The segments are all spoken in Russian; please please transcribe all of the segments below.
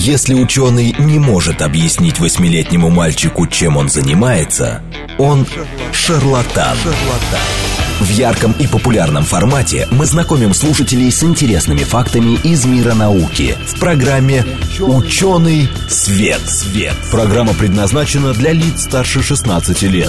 Если ученый не может объяснить 8-летнему мальчику, чем он занимается, он шарлатан. В ярком и популярном формате мы знакомим слушателей с интересными фактами из мира науки в программе «Ученый свет». Программа предназначена для лиц старше 16 лет.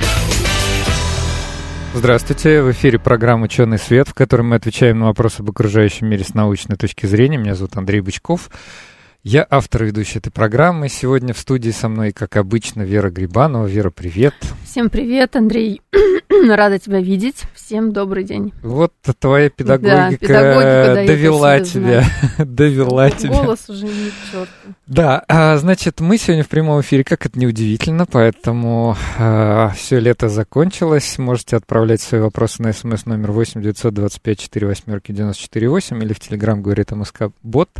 Здравствуйте, в эфире программа «Ученый свет», в которой мы отвечаем на вопросы об окружающем мире с научной точки зрения. Меня зовут Андрей Бычков. Я автор и ведущий этой программы. Сегодня в студии со мной, как обычно, Вера Грибанова. Вера, привет. Всем привет, Андрей. Рада тебя видеть. Всем добрый день. Вот твоя педагогика довела тебя. Голос уже не к черту. Да, значит, мы сегодня в прямом эфире, как это неудивительно, поэтому все лето закончилось. Можете отправлять свои вопросы на смс номер 8 925 48 94 8 или в Телеграм говорит МСК Бот.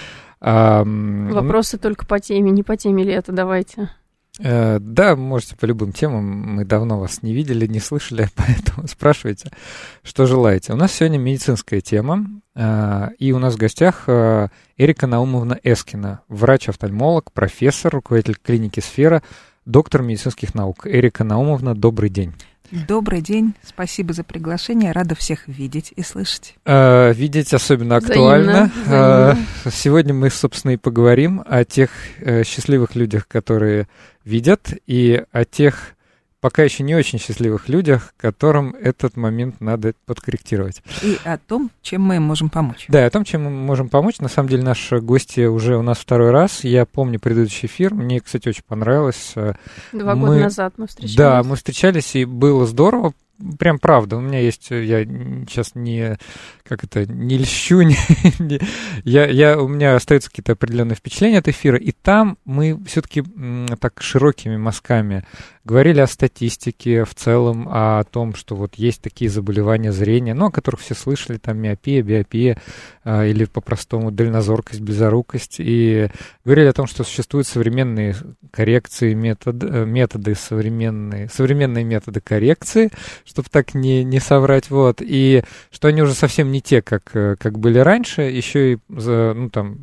Вопросы только по теме, не по теме лета, давайте. Да, можете по любым темам. Мы давно вас не видели, не слышали, поэтому спрашивайте, что желаете. У нас сегодня медицинская тема, и у нас в гостях Эрика Наумовна Эскина, врач-офтальмолог, профессор, руководитель клиники «Сфера», доктор медицинских наук. Эрика Наумовна, добрый день. Добрый день, спасибо за приглашение, рада всех видеть и слышать. Видеть особенно актуально. Взаимно. Сегодня мы, собственно, и поговорим о тех счастливых людях, которые видят, и о тех пока еще не очень счастливых людях, которым этот момент надо подкорректировать. И о том, чем мы им можем помочь. Да, о том, чем мы можем помочь. На самом деле, наши гости уже у нас второй раз. Я помню предыдущий эфир. Мне, кстати, очень понравилось. 2 года назад мы встречались. Да, мы встречались, и было здорово. Прям правда, у меня есть, я сейчас не льщу, у меня остаются какие-то определенные впечатления от эфира, и там мы все-таки так широкими мазками говорили о статистике в целом, о том, что вот есть такие заболевания зрения, о которых все слышали, там миопия, биопия, или по-простому дальнозоркость, близорукость, и говорили о том, что существуют современные коррекции, методы современные методы коррекции, чтобы так не соврать, и что они уже совсем не те, как были раньше, еще и за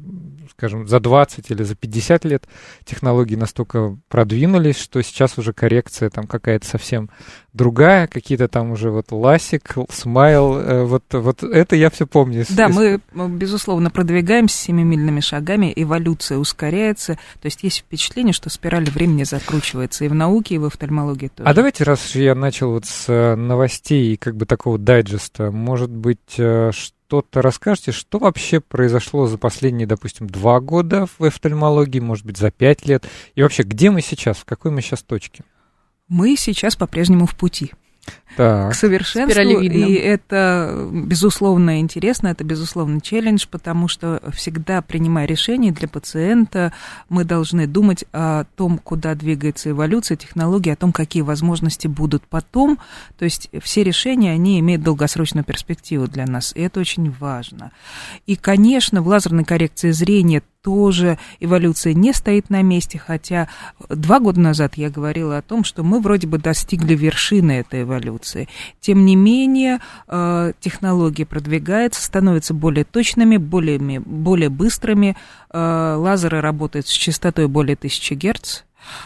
20 или за 50 лет технологии настолько продвинулись, что сейчас уже коррекция там какая-то совсем другая, какие-то там уже ласик, смайл, вот это я все помню. Да, мы, безусловно, продвигаемся семимильными шагами, эволюция ускоряется, то есть есть впечатление, что спираль времени закручивается и в науке, и в офтальмологии тоже. А давайте, раз я начал с новостей и такого дайджеста, может быть, что-то расскажете, что вообще произошло за последние, допустим, 2 года в офтальмологии, может быть, за 5 лет, и вообще, где мы сейчас, в какой мы сейчас точке? Мы сейчас по-прежнему в пути. Так. К совершенству, и это, безусловно, интересно, это, безусловно, челлендж, потому что всегда, принимая решения для пациента, мы должны думать о том, куда двигается эволюция, технологии, о том, какие возможности будут потом, то есть все решения, они имеют долгосрочную перспективу для нас, и это очень важно. И, конечно, в лазерной коррекции зрения тоже эволюция не стоит на месте, хотя 2 года назад я говорила о том, что мы вроде бы достигли вершины этой эволюции. Тем не менее, технология продвигается, становятся более точными, более быстрыми. Лазеры работают с частотой более 1000 Гц.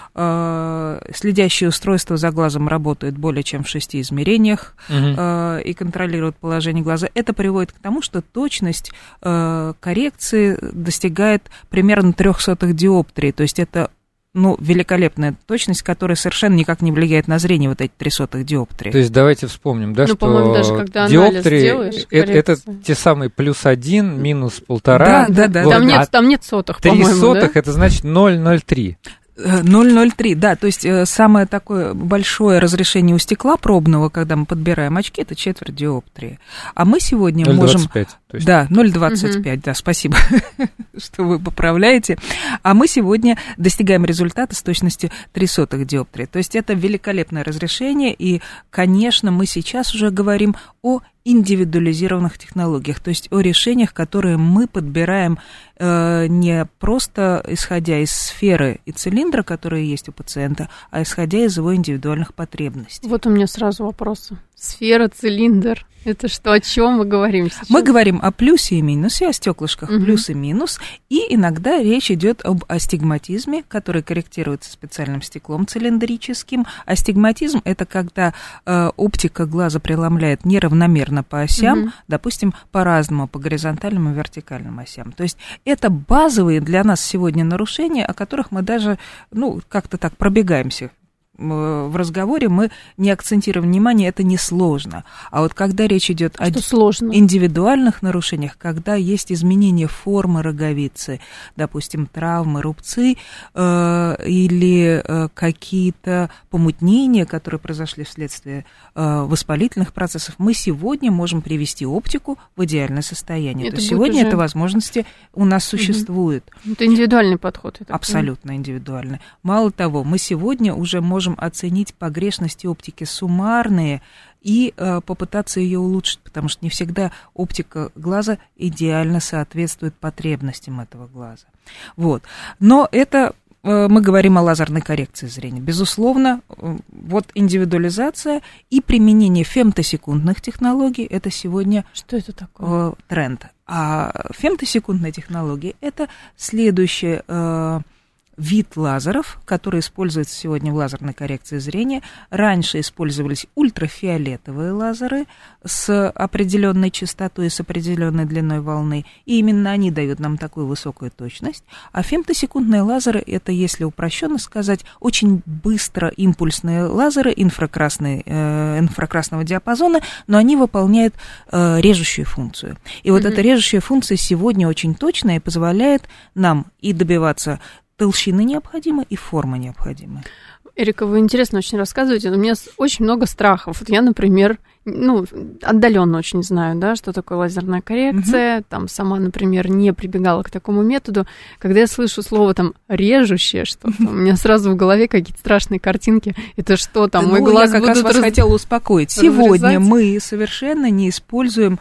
Следящие устройства за глазом работают более чем в 6 измерениях и контролируют положение глаза. Это приводит к тому, что точность коррекции достигает примерно 0,03 диоптрии. То есть это великолепная точность, которая совершенно никак не влияет на зрение, вот эти 0,03 диоптрии. То есть давайте вспомним, да, что по-моему, даже когда диоптрии это те самые +1, -1,5. Да. Там нет сотых, 3 по-моему, сотых, да? это значит 0,03. 0,03, да, то есть самое такое большое разрешение у стекла пробного, когда мы подбираем очки, это 1/4 диоптрии. А мы сегодня 0,25, можем... то есть. Да, 0,25, да, спасибо, что вы поправляете. А мы сегодня достигаем результата с точностью 0,03 диоптрии. То есть это великолепное разрешение, и, конечно, мы сейчас уже говорим о индивидуализированных технологиях, то есть о решениях, которые мы подбираем не просто исходя из сферы и цилиндра, которые есть у пациента, а исходя из его индивидуальных потребностей. Вот у меня сразу вопросы Сфера, цилиндр. Это что, о чем мы говорим сейчас? Мы говорим о плюсе и минусе, о стеклышках плюс и минус, и иногда речь идет об астигматизме, который корректируется специальным стеклом цилиндрическим. Астигматизм – это когда оптика глаза преломляет неравномерно по осям, допустим, по-разному, по горизонтальным и вертикальным осям. То есть это базовые для нас сегодня нарушения, о которых мы даже, как-то так пробегаемся. В разговоре мы не акцентируем внимание, это несложно. А вот когда речь идет о индивидуальных нарушениях, когда есть изменение формы роговицы, допустим, травмы, рубцы или какие-то помутнения, которые произошли вследствие воспалительных процессов, мы сегодня можем привести оптику в идеальное состояние. То есть сегодня эта возможность у нас существует. Это индивидуальный подход. Абсолютно индивидуальный. Мало того, мы сегодня уже можем оценить погрешности оптики суммарные и попытаться ее улучшить, потому что не всегда оптика глаза идеально соответствует потребностям этого глаза. Вот. Но это мы говорим о лазерной коррекции зрения. Безусловно, вот индивидуализация и применение фемтосекундных технологий – это сегодня что это такое? Тренд. А фемтосекундные технологии – это следующий вид лазеров, который используется сегодня в лазерной коррекции зрения. Раньше использовались ультрафиолетовые лазеры с определенной частотой и с определенной длиной волны, и именно они дают нам такую высокую точность. А фемтосекундные лазеры – это, если упрощенно сказать, очень быстро импульсные лазеры инфракрасного диапазона, но они выполняют режущую функцию. И вот эта режущая функция сегодня очень точная и позволяет нам и добиваться толщины необходимой и формы необходимой. Эрика, вы интересно очень рассказываете, но у меня очень много страхов. Вот я, например, отдаленно очень знаю, да, что такое лазерная коррекция, там сама, например, не прибегала к такому методу. Когда я слышу слово там режущее что-то, у меня сразу в голове какие-то страшные картинки. Это что там, мой глаз будут... Я как раз вас хотела успокоить. Сегодня мы совершенно не используем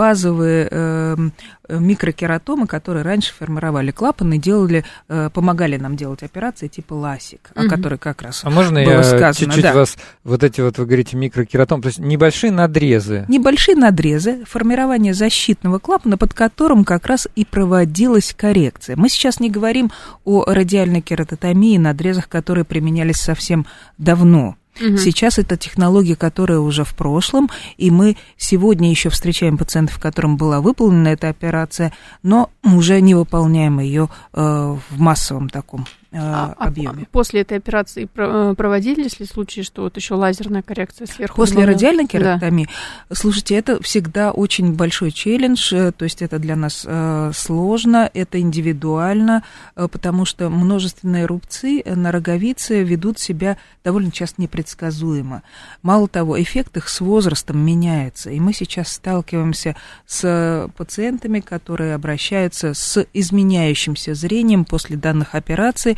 базовые микрокератомы, которые раньше формировали клапаны, помогали нам делать операции типа ласик, о которой как раз было сказано. А можно я чуть-чуть вас, вот эти вот, вы говорите, микрокератомы, то есть небольшие надрезы? Небольшие надрезы, формирование защитного клапана, под которым как раз и проводилась коррекция. Мы сейчас не говорим о радиальной кератотомии, надрезах, которые применялись совсем давно. Сейчас это технология, которая уже в прошлом, и мы сегодня еще встречаем пациентов, которым была выполнена эта операция, но уже не выполняем ее в массовом таком объеме. После этой операции проводились ли случаи, что вот еще лазерная коррекция сверху? После радиальной кератотомии? Да. Слушайте, это всегда очень большой челлендж, то есть это для нас сложно, это индивидуально, потому что множественные рубцы на роговице ведут себя довольно часто непредсказуемо. Мало того, эффект их с возрастом меняется, и мы сейчас сталкиваемся с пациентами, которые обращаются с изменяющимся зрением после данных операций,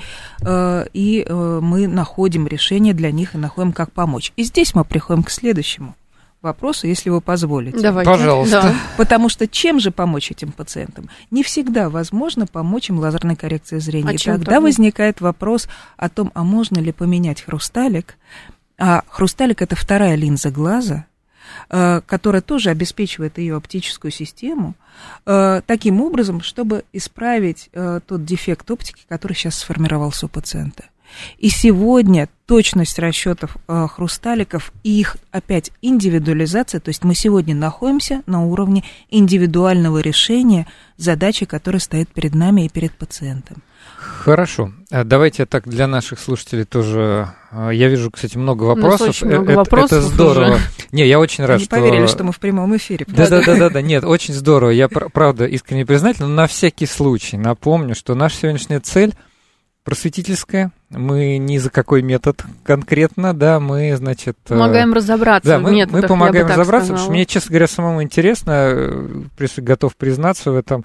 и мы находим решение для них и находим, как помочь. И здесь мы приходим к следующему вопросу, если вы позволите. Давайте. Пожалуйста. Да. Потому что чем же помочь этим пациентам? Не всегда возможно помочь им лазерной коррекцией зрения. И тогда возникает вопрос о том, а можно ли поменять хрусталик. А хрусталик – это вторая линза глаза, которая тоже обеспечивает ее оптическую систему, таким образом, чтобы исправить тот дефект оптики, который сейчас сформировался у пациента. И сегодня точность расчетов хрусталиков и их опять индивидуализация, то есть мы сегодня находимся на уровне индивидуального решения задачи, которая стоит перед нами и перед пациентом. Хорошо. Давайте так для наших слушателей тоже. Я вижу, кстати, много вопросов. Очень много вопросов. Это здорово. Уже. Не, я очень рад, что... Не поверили, что мы в прямом эфире. Да. Нет, очень здорово. Я, правда, искренне признателен, но на всякий случай напомню, что наша сегодняшняя цель просветительская. Мы ни за какой метод конкретно, да, мы, значит... Помогаем разобраться в методах, мы помогаем разобраться, сказала. потому что мне, честно говоря, самому интересно, готов признаться в этом.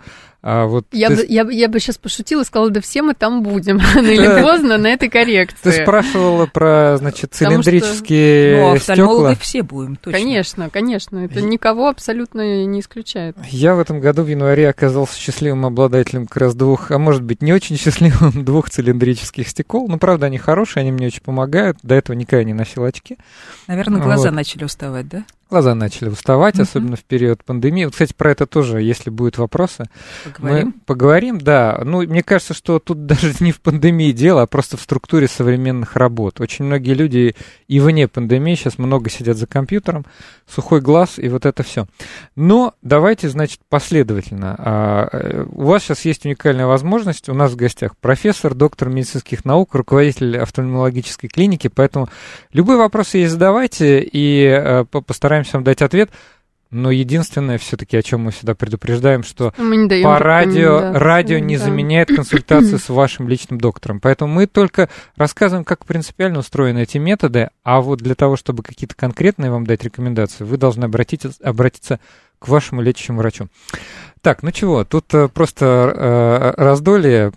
Я бы сейчас пошутила и сказала, да все мы там будем, рано или поздно, на этой коррекции. Ты спрашивала про, значит, цилиндрические стекла. Офтальмологи все будем, точно. Конечно, это никого абсолютно не исключает. Я в этом году в январе оказался счастливым обладателем как раз двух, а может быть не очень счастливым, двух цилиндрических стекол. Ну, правда, они хорошие, они мне очень помогают. До этого никогда не носил очки. Наверное, глаза начали уставать, да? Глаза начали уставать, особенно в период пандемии. Вот, кстати, про это тоже, если будут вопросы, мы поговорим. Да, ну, мне кажется, что тут даже не в пандемии дело, а просто в структуре современных работ. Очень многие люди и вне пандемии сейчас много сидят за компьютером, сухой глаз и вот это все. Но давайте, значит, последовательно. У вас сейчас есть уникальная возможность. У нас в гостях профессор, доктор медицинских наук, руководитель офтальмологической клиники, поэтому любые вопросы ей задавайте, и постараемся вам дать ответ, но единственное все-таки, о чем мы всегда предупреждаем, что по радио не заменяет консультацию с вашим личным доктором. Поэтому мы только рассказываем, как принципиально устроены эти методы, а вот для того, чтобы какие-то конкретные вам дать рекомендации, вы должны обратиться к вашему лечащему врачу. Так, ну чего, тут просто раздолье,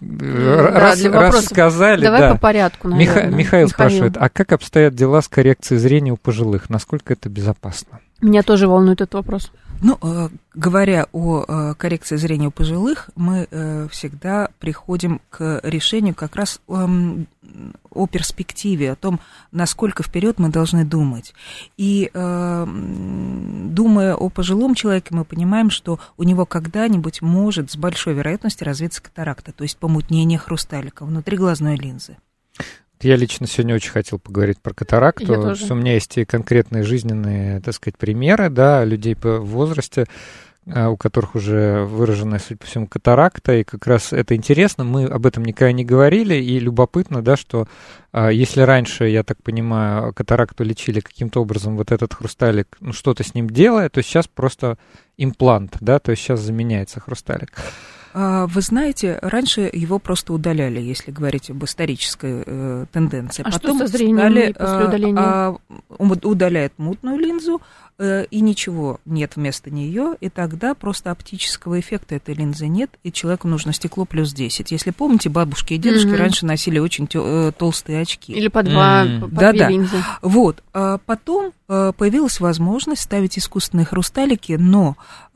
рассказали. Давай по порядку, наверное. Михаил спрашивает, а как обстоят дела с коррекцией зрения у пожилых? Насколько это безопасно? Меня тоже волнует этот вопрос. Ну, говоря о коррекции зрения у пожилых, мы всегда приходим к решению как раз о перспективе, о том, насколько вперед мы должны думать. И думая о пожилом человеке, мы понимаем, что у него когда-нибудь может с большой вероятностью развиться катаракта, то есть помутнение хрусталика внутри глазной линзы. Я лично сегодня очень хотел поговорить про катаракту. У меня есть и конкретные жизненные, так сказать, примеры, да, людей по возрасте, у которых уже выраженная, судя по всему, катаракта, и как раз это интересно, мы об этом никогда не говорили, и любопытно, да, что если раньше, я так понимаю, катаракту лечили каким-то образом, вот этот хрусталик, ну, что-то с ним делая, то сейчас просто имплант, да, то есть сейчас заменяется хрусталик. Вы знаете, раньше его просто удаляли, если говорить об исторической тенденции. А потом что со зрением после удаления? Удаляет мутную линзу, и ничего нет вместо нее, и тогда просто оптического эффекта этой линзы нет, и человеку нужно стекло плюс 10. Если помните, бабушки и дедушки раньше носили очень толстые очки. Или по две линзы. Вот. Потом появилась возможность ставить искусственные хрусталики, но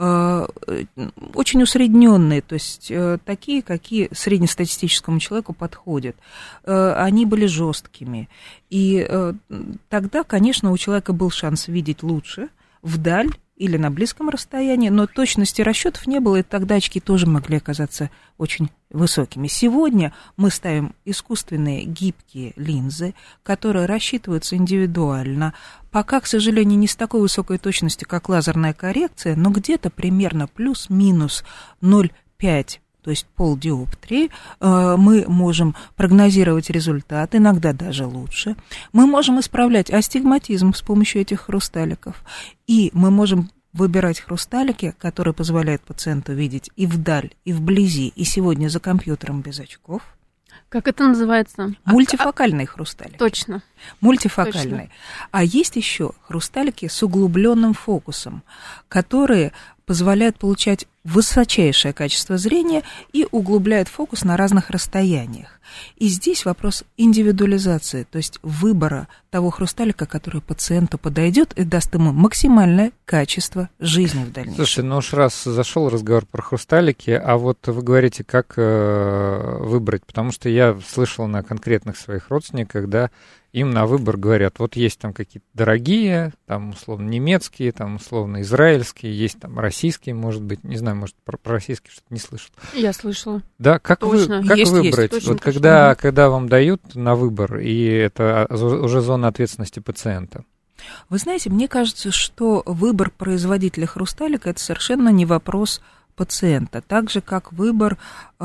очень усредненные, то есть такие, какие среднестатистическому человеку подходят. Они были жесткими. И тогда, конечно, у человека был шанс видеть лучше, вдаль или на близком расстоянии, но точности расчетов не было, и тогда очки тоже могли оказаться очень высокими. Сегодня мы ставим искусственные гибкие линзы, которые рассчитываются индивидуально, пока, к сожалению, не с такой высокой точностью, как лазерная коррекция, но где-то примерно плюс-минус 0,5, то есть полдиоптрии, мы можем прогнозировать результат, иногда даже лучше. Мы можем исправлять астигматизм с помощью этих хрусталиков, и мы можем выбирать хрусталики, которые позволяют пациенту видеть и вдаль, и вблизи, и сегодня за компьютером без очков. Как это называется? Мультифокальный хрусталик. Точно. Мультифокальный. Точно. А есть еще хрусталики с углубленным фокусом, которые позволяют получать высочайшее качество зрения и углубляют фокус на разных расстояниях. И здесь вопрос индивидуализации, то есть выбора того хрусталика, который пациенту подойдет и даст ему максимальное качество жизни в дальнейшем. Слушай, ну уж раз зашел разговор про хрусталики, а вот вы говорите, как выбрать, потому что я слышал на конкретных своих родственниках, да, им на выбор говорят, вот есть там какие-то дорогие, там условно немецкие, там условно израильские, есть там российские, может быть, не знаю, может про российские что-то не слышал. Я слышала. Да, как выбрать? Точно, вот когда вам дают на выбор, и это уже зона ответственности пациента. Вы знаете, мне кажется, что выбор производителя хрусталика – это совершенно не вопрос пациента, так же, как выбор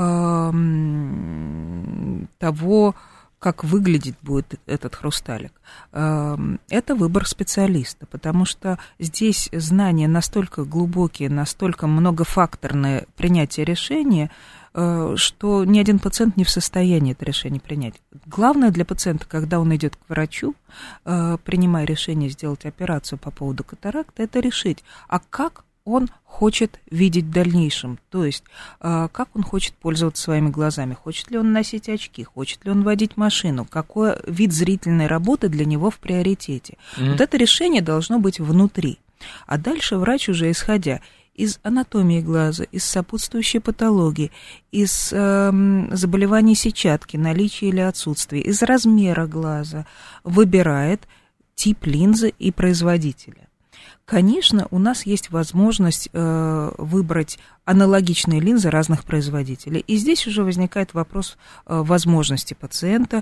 того, как выглядеть будет этот хрусталик. Это выбор специалиста, потому что здесь знания настолько глубокие, настолько многофакторное принятие решения, что ни один пациент не в состоянии это решение принять. Главное для пациента, когда он идет к врачу, принимая решение сделать операцию по поводу катаракты, это решить, а как он хочет видеть в дальнейшем, то есть как он хочет пользоваться своими глазами, хочет ли он носить очки, хочет ли он водить машину, какой вид зрительной работы для него в приоритете. Вот это решение должно быть внутри, а дальше врач уже исходя из анатомии глаза, из сопутствующей патологии, из заболеваний сетчатки, наличия или отсутствия, из размера глаза выбирает тип линзы и производителя. Конечно, у нас есть возможность выбрать аналогичные линзы разных производителей. И здесь уже возникает вопрос возможности пациента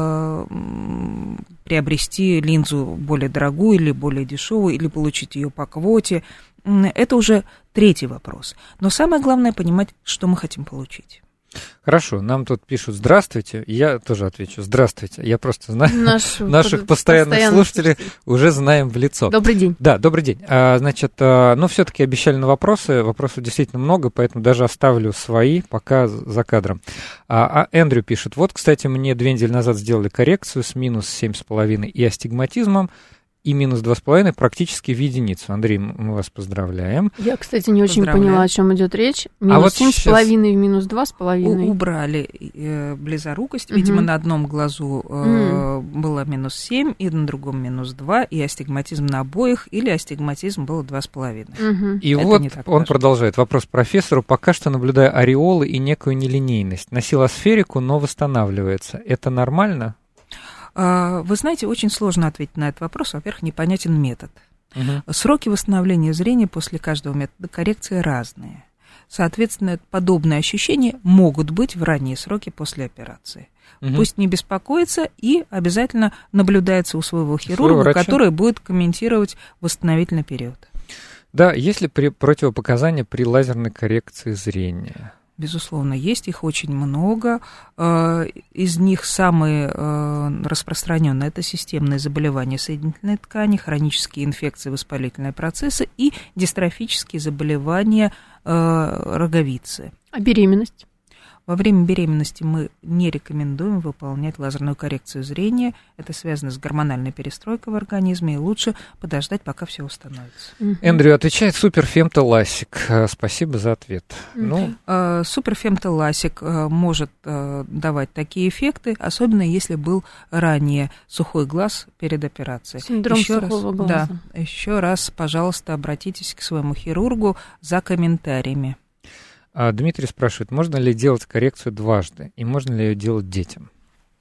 приобрести линзу более дорогую или более дешевую, или получить ее по квоте. Это уже третий вопрос. Но самое главное понимать, что мы хотим получить. Хорошо, нам тут пишут «Здравствуйте», я тоже отвечу «Здравствуйте». Я просто знаю наших постоянных слушателей, уже знаем в лицо. Добрый день. Да, добрый день. Значит, все-таки обещали на вопросы, вопросов действительно много, поэтому даже оставлю свои пока за кадром. Эндрю пишет: вот, кстати, мне 2 недели назад сделали коррекцию с минус 7,5 и астигматизмом, и минус 2,5 практически в единицу. Андрей, мы вас поздравляем. Я, кстати, не очень поняла, о чем идет речь. Минус 7,5 и минус 2,5. Убрали близорукость. Видимо, на одном глазу было минус 7, и на другом минус 2, и астигматизм на обоих, или астигматизм было 2,5. И вот он продолжает. Вопрос профессору. Пока что наблюдаю ореолы и некую нелинейность. Носил асферику, но восстанавливается. Это нормально? Вы знаете, очень сложно ответить на этот вопрос. Во-первых, непонятен метод. Сроки восстановления зрения после каждого метода коррекции разные. Соответственно, подобные ощущения могут быть в ранние сроки после операции. Пусть не беспокоится и обязательно наблюдается у своего хирурга, который будет комментировать восстановительный период. Да, есть ли противопоказания при лазерной коррекции зрения? Безусловно, есть, их очень много. Из них самые распространенные – это системные заболевания соединительной ткани, хронические инфекции, воспалительные процессы и дистрофические заболевания роговицы. А беременность? Во время беременности мы не рекомендуем выполнять лазерную коррекцию зрения. Это связано с гормональной перестройкой в организме, и лучше подождать, пока все установится. Эндрю отвечает: суперфемтоласик. Спасибо за ответ. Суперфемтоласик может давать такие эффекты, особенно если был ранее сухой глаз перед операцией. Синдром сухого глаза. Да, еще раз, пожалуйста, обратитесь к своему хирургу за комментариями. Дмитрий спрашивает, можно ли делать коррекцию дважды, и можно ли ее делать детям?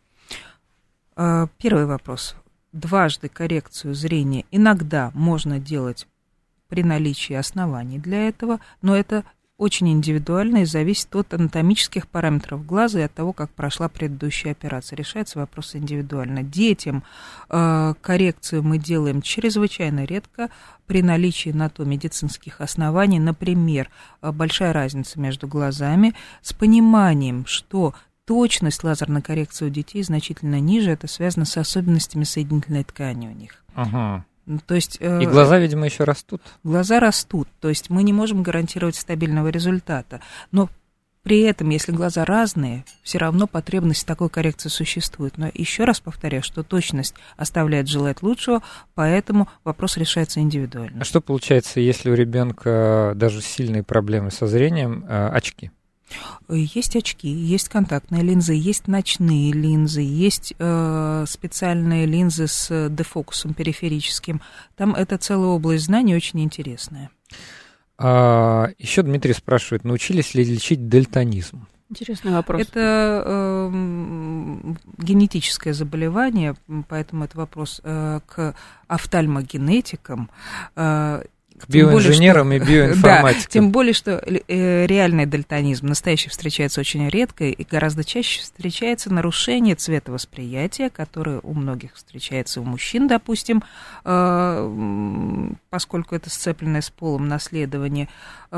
Первый вопрос. Дважды коррекцию зрения иногда можно делать при наличии оснований для этого, но это очень индивидуально и зависит от анатомических параметров глаза и от того, как прошла предыдущая операция. Решается вопрос индивидуально. Детям коррекцию мы делаем чрезвычайно редко при наличии на то медицинских оснований. Например, большая разница между глазами, с пониманием, что точность лазерной коррекции у детей значительно ниже. Это связано с особенностями соединительной ткани у них. Ага. То есть, и глаза, видимо, еще растут. Глаза растут, то есть мы не можем гарантировать стабильного результата. Но при этом, если глаза разные, все равно потребность такой коррекции существует. Но еще раз повторяю, что точность оставляет желать лучшего, поэтому вопрос решается индивидуально. А что получается, если у ребенка даже сильные проблемы со зрением, очки? Есть очки, есть контактные линзы, есть ночные линзы, есть специальные линзы с дефокусом периферическим. Там это целая область знаний очень интересная. Еще Дмитрий спрашивает, научились ли лечить дальтонизм? Интересный вопрос. Это генетическое заболевание, поэтому это вопрос к офтальмогенетикам. К биоинженерам и биоинформатикам. Да, тем более, что реальный дальтонизм настоящий встречается очень редко, и гораздо чаще встречается нарушение цветовосприятия, которое у многих встречается у мужчин, допустим, поскольку это сцепленное с полом наследование.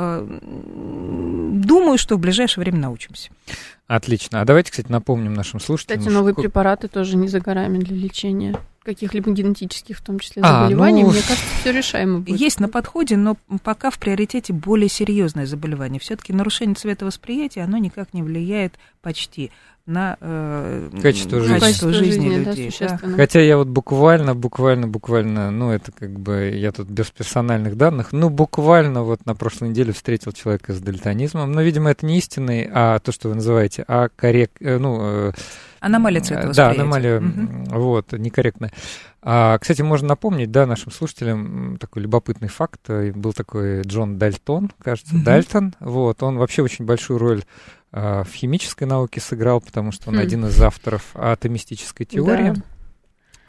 Думаю, что в ближайшее время научимся. Отлично. А давайте, кстати, напомним нашим слушателям. Кстати, новые препараты тоже не за горами для лечения каких-либо генетических, в том числе, заболеваний. Мне кажется, все решаемо будет. Есть на подходе, но пока в приоритете более серьезное заболевание. Все-таки нарушение цветовосприятия, оно никак не влияет почти на качество жизни людей. Да, хотя я вот буквально, ну это как бы, я тут без персональных данных, буквально вот на прошлой неделе встретил человека с дальтонизмом, но, видимо, это не истинный, а то, что вы называете, аномалия цветовосприятия. Да, аномалия, вот, некорректная. Кстати, можно напомнить, да, нашим слушателям такой любопытный факт. Был такой Джон Дальтон, кажется, Дальтон. Вот, он вообще очень большую роль в химической науке сыграл, потому что он один из авторов атомистической теории.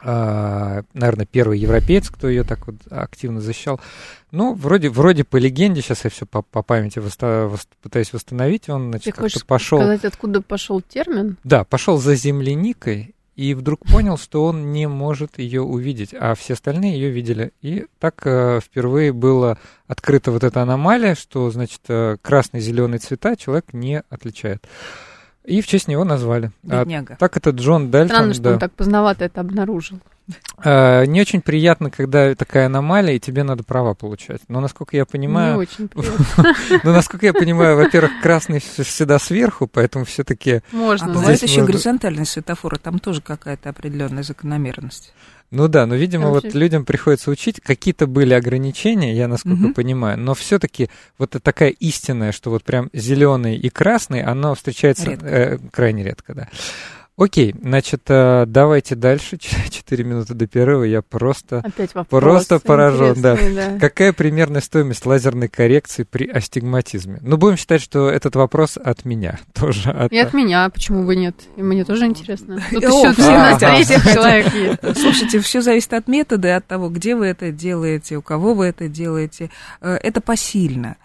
наверное, первый европеец, кто ее так вот активно защищал. Ну, вроде по легенде, сейчас я все по памяти пытаюсь восстановить, он, значит, как-то пошел... Ты хочешь сказать, откуда пошел термин? Да, пошел за земляникой, и вдруг понял, что он не может ее увидеть, а все остальные ее видели. И так впервые была открыта вот эта аномалия, что, значит, красный и зеленый цвета человек не отличает. И в честь него назвали. Так это Джон Дальтон. Странно, что он так поздновато это обнаружил. Не очень приятно, когда такая аномалия, и тебе надо права получать. Но, насколько я понимаю... Не очень приятно. Но, насколько я понимаю, во-первых, красный всегда сверху, поэтому все-таки... Можно. А бывает еще горизонтальный светофор, там тоже какая-то определенная закономерность. Ну да, но, видимо, вот людям приходится учить. Какие-то были ограничения, я насколько понимаю, но все-таки вот такая истинная, что вот прям зеленый и красный, оно встречается крайне редко, да. Окей, значит, давайте дальше. 4 минуты до перерыва. Я просто поражен. Да. Какая примерная стоимость лазерной коррекции при астигматизме? Ну, будем считать, что этот вопрос от меня тоже. И от меня, почему бы нет? И мне тоже интересно. Тут еще третий человек есть. Слушайте, все зависит от метода и от того, где вы это делаете, у кого вы это делаете. Это посильно.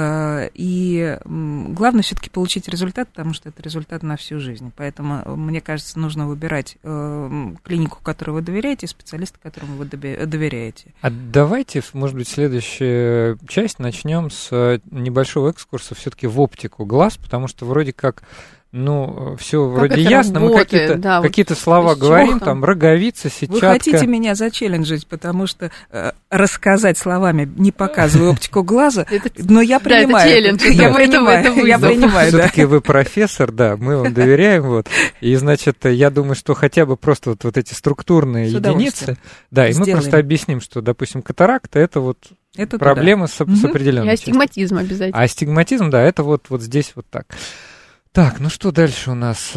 И главное все-таки получить результат, потому что это результат на всю жизнь. Поэтому, мне кажется, нужно выбирать клинику, которой вы доверяете, и специалиста, которому вы доверяете. А давайте, может быть, следующая часть начнем с небольшого экскурса все-таки в оптику глаз, потому что вроде как... Ну, все вроде ясно, работает, мы какие-то слова говорим, там, роговица, сетчатка. Вы хотите меня зачелленджить, потому что рассказать словами, не показывая оптику глаза, но я принимаю. Это челлендж. Я принимаю, да. Все-таки вы профессор, да, мы вам доверяем, вот. И, значит, я думаю, что хотя бы просто вот эти структурные единицы, да, и мы просто объясним, что, допустим, катаракта — это вот проблема с определенной. И астигматизм обязательно. А астигматизм, да, это вот здесь вот так. Так, ну что дальше у нас? У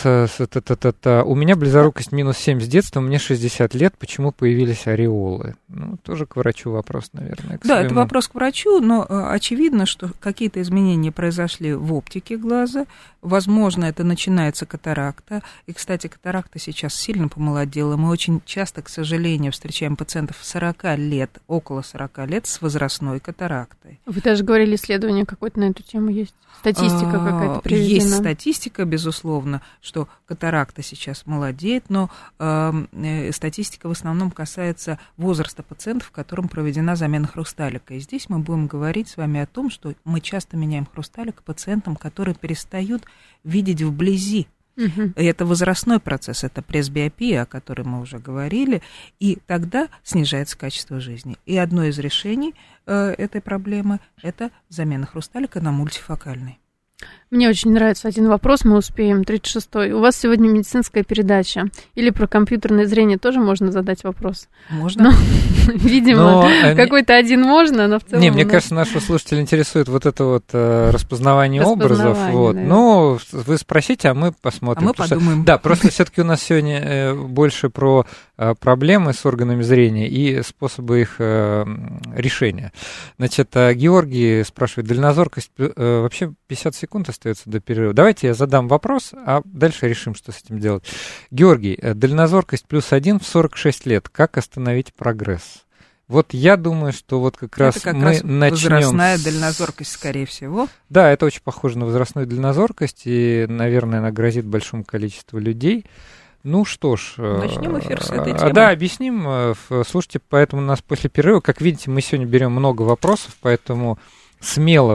меня близорукость -7 с детства, мне 60 лет. Почему появились ореолы? Ну, тоже к врачу вопрос, наверное. Да, это вопрос к врачу, но очевидно, что какие-то изменения произошли в оптике глаза. Возможно, это начинается катаракта. И, кстати, катаракта сейчас сильно помолодела. Мы очень часто, к сожалению, встречаем пациентов 40 лет, около 40 лет с возрастной катарактой. Вы даже говорили, исследование какое-то на эту тему есть? Статистика какая-то приведена? Есть статистика, безусловно, что катаракта сейчас молодеет, но статистика в основном касается возраста пациентов, которым проведена замена хрусталика. И здесь мы будем говорить с вами о том, что мы часто меняем хрусталик пациентам, которые перестают видеть вблизи. И это возрастной процесс, это пресбиопия, о которой мы уже говорили, и тогда снижается качество жизни. И одно из решений этой проблемы – это замена хрусталика на мультифокальный. Мне очень нравится один вопрос, мы успеем, 36-й. У вас сегодня медицинская передача. Или про компьютерное зрение тоже можно задать вопрос? Можно. Видимо, какой-то один можно, но в целом... Не, мне кажется, нашего слушателя интересует вот это вот распознавание образов. Вот. Да. Ну, вы спросите, а мы посмотрим. А мы подумаем. Да, просто все-таки у нас сегодня больше про проблемы с органами зрения и способы их решения. Значит, Георгий спрашивает, дальнозоркость вообще 50 секунд остается до перерыва. Давайте я задам вопрос, а дальше решим, что с этим делать. Георгий, дальнозоркость +1 в 46 лет. Как остановить прогресс? Вот я думаю, что вот как раз мы начнем... возрастная дальнозоркость, скорее всего. Да, это очень похоже на возрастную дальнозоркость, и, наверное, она грозит большому количеству людей. Ну что ж... Начнем эфир с этой темы. Да, объясним. Слушайте, поэтому у нас после перерыва, как видите, мы сегодня берем много вопросов, поэтому... Смело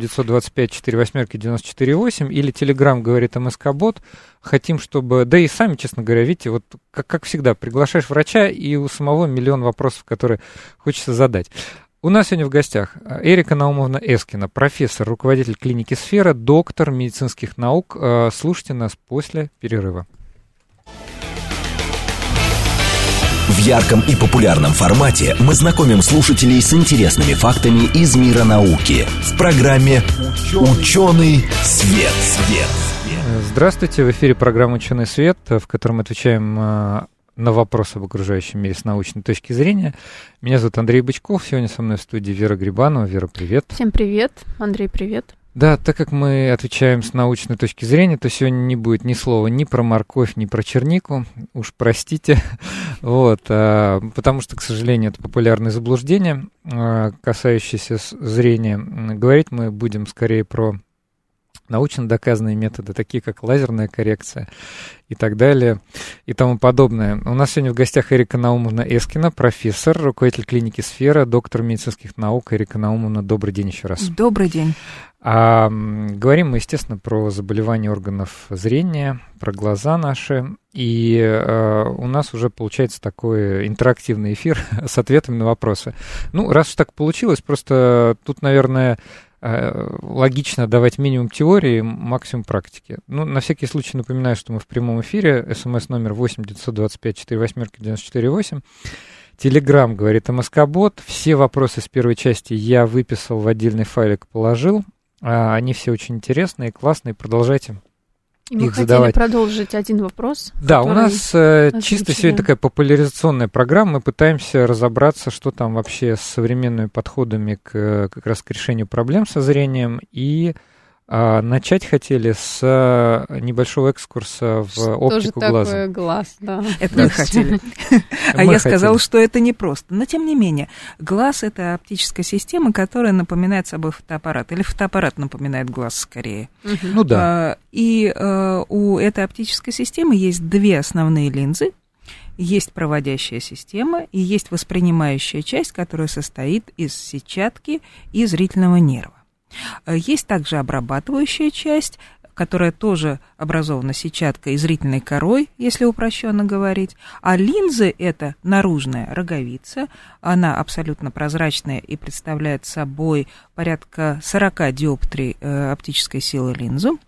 8-925-48-94-8 или Telegram говорит МСК-бот. Хотим, чтобы... Да и сами, честно говоря, видите, вот как всегда, приглашаешь врача, и у самого миллион вопросов, которые хочется задать. У нас сегодня в гостях Эрика Наумовна Эскина, профессор, руководитель клиники «Сфера», доктор медицинских наук. Слушайте нас после перерыва. В ярком и популярном формате мы знакомим слушателей с интересными фактами из мира науки в программе «Ученый свет». Здравствуйте, в эфире программа «Ученый свет», в которой мы отвечаем на вопросы об окружающем мире с научной точки зрения. Меня зовут Андрей Бычков, сегодня со мной в студии Вера Грибанова. Вера, привет. Всем привет, Андрей, привет. Да, так как мы отвечаем с научной точки зрения, то сегодня не будет ни слова ни про морковь, ни про чернику, уж простите, вот, потому что, к сожалению, это популярное заблуждение, касающееся зрения. Говорить мы будем скорее про научно доказанные методы, такие как лазерная коррекция и так далее, и тому подобное. У нас сегодня в гостях Эрика Наумовна Эскина, профессор, руководитель клиники «Сфера», доктор медицинских наук. Эрика Наумовна, добрый день еще раз. Добрый день. Говорим мы, естественно, про заболевания органов зрения, про глаза наши, и у нас уже получается такой интерактивный эфир с ответами на вопросы. Ну, раз уж так получилось, просто тут, наверное, логично давать минимум теории, максимум практики. Ну, на всякий случай напоминаю, что мы в прямом эфире. СМС номер 8 925 48 94 8. Телеграм, говорит МСК-бот. Все вопросы с первой части я выписал в отдельный файлик, положил. Они все очень интересные, классные. Продолжайте. И мы хотели продолжить один вопрос. Да, у нас чисто сегодня такая популяризационная программа. Мы пытаемся разобраться, что там вообще с современными подходами как раз к решению проблем со зрением. И начать хотели с небольшого экскурса в оптику глаза. Тоже такой глаз, да. Это мы хотели. А я сказала, что это непросто. Но, тем не менее, глаз — это оптическая система, которая напоминает собой фотоаппарат. Или фотоаппарат напоминает глаз скорее. Ну да. И у этой оптической системы есть две основные линзы. Есть проводящая система и есть воспринимающая часть, которая состоит из сетчатки и зрительного нерва. Есть также обрабатывающая часть, которая тоже образована сетчаткой и зрительной корой, если упрощенно говорить. А линзы — это наружная роговица, она абсолютно прозрачная и представляет собой порядка 40 диоптрий оптической силы линзу.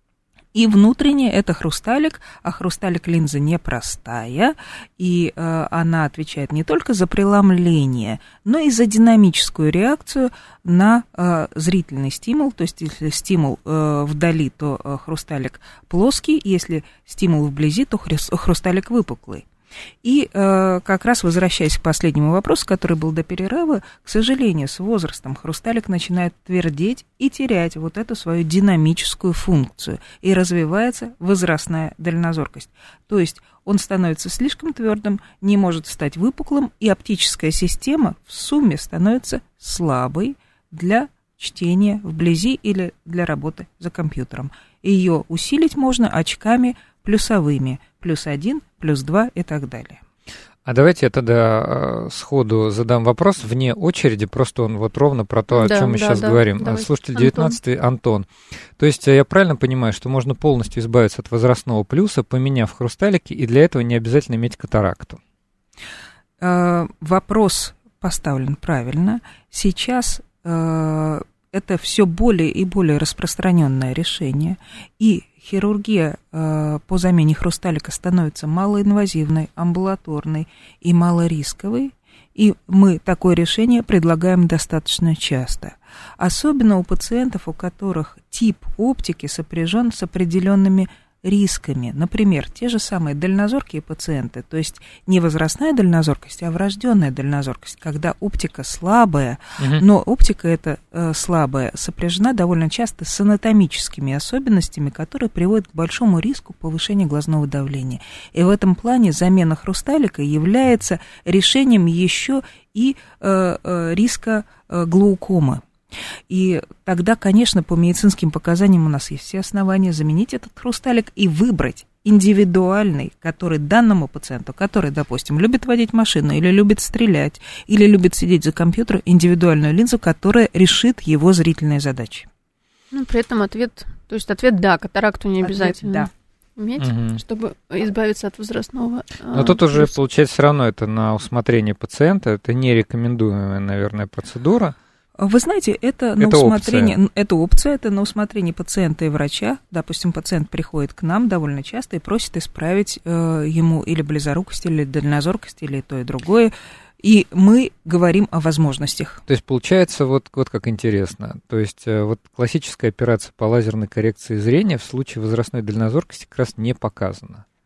И внутренне это хрусталик, а хрусталик линзы непростая, и она отвечает не только за преломление, но и за динамическую реакцию на зрительный стимул. То есть если стимул вдали, то хрусталик плоский, если стимул вблизи, то хрусталик выпуклый. И как раз возвращаясь к последнему вопросу, который был до перерыва, к сожалению, с возрастом хрусталик начинает твердеть и терять вот эту свою динамическую функцию, и развивается возрастная дальнозоркость. То есть он становится слишком твердым, не может стать выпуклым, и оптическая система в сумме становится слабой для чтения вблизи или для работы за компьютером. Ее усилить можно очками плюсовыми, +1, +2 и так далее. А давайте я тогда сходу задам вопрос вне очереди, просто он вот ровно про то, о чем мы сейчас говорим. Давайте. Слушатель 19-й, Антон. То есть я правильно понимаю, что можно полностью избавиться от возрастного плюса, поменяв хрусталики, и для этого не обязательно иметь катаракту? Вопрос поставлен правильно. Сейчас это все более и более распространенное решение, и хирургия по замене хрусталика становится малоинвазивной, амбулаторной и малорисковой, и мы такое решение предлагаем достаточно часто. Особенно у пациентов, у которых тип оптики сопряжен с определенными рисками. Например, те же самые дальнозоркие пациенты, то есть не возрастная дальнозоркость, а врожденная дальнозоркость, когда оптика слабая, но оптика эта слабая сопряжена довольно часто с анатомическими особенностями, которые приводят к большому риску повышения глазного давления. И в этом плане замена хрусталика является решением еще и риска глаукомы. И тогда, конечно, по медицинским показаниям у нас есть все основания заменить этот хрусталик и выбрать индивидуальный, который данному пациенту, который, допустим, любит водить машину или любит стрелять, или любит сидеть за компьютером, индивидуальную линзу, которая решит его зрительные задачи. Ну, при этом ответ да, катаракту не обязательно. Ответ, да. Иметь, чтобы избавиться от возрастного. Но тут уже, получается, все равно это на усмотрение пациента, это не рекомендуемая, наверное, процедура. Вы знаете, это на усмотрение, это опция, это на усмотрение пациента и врача. Допустим, пациент приходит к нам довольно часто и просит исправить ему или близорукость, или дальнозоркость, или то и другое. И мы говорим о возможностях. То есть получается вот как интересно. То есть вот классическая операция по лазерной коррекции зрения в случае возрастной дальнозоркости как раз не показана.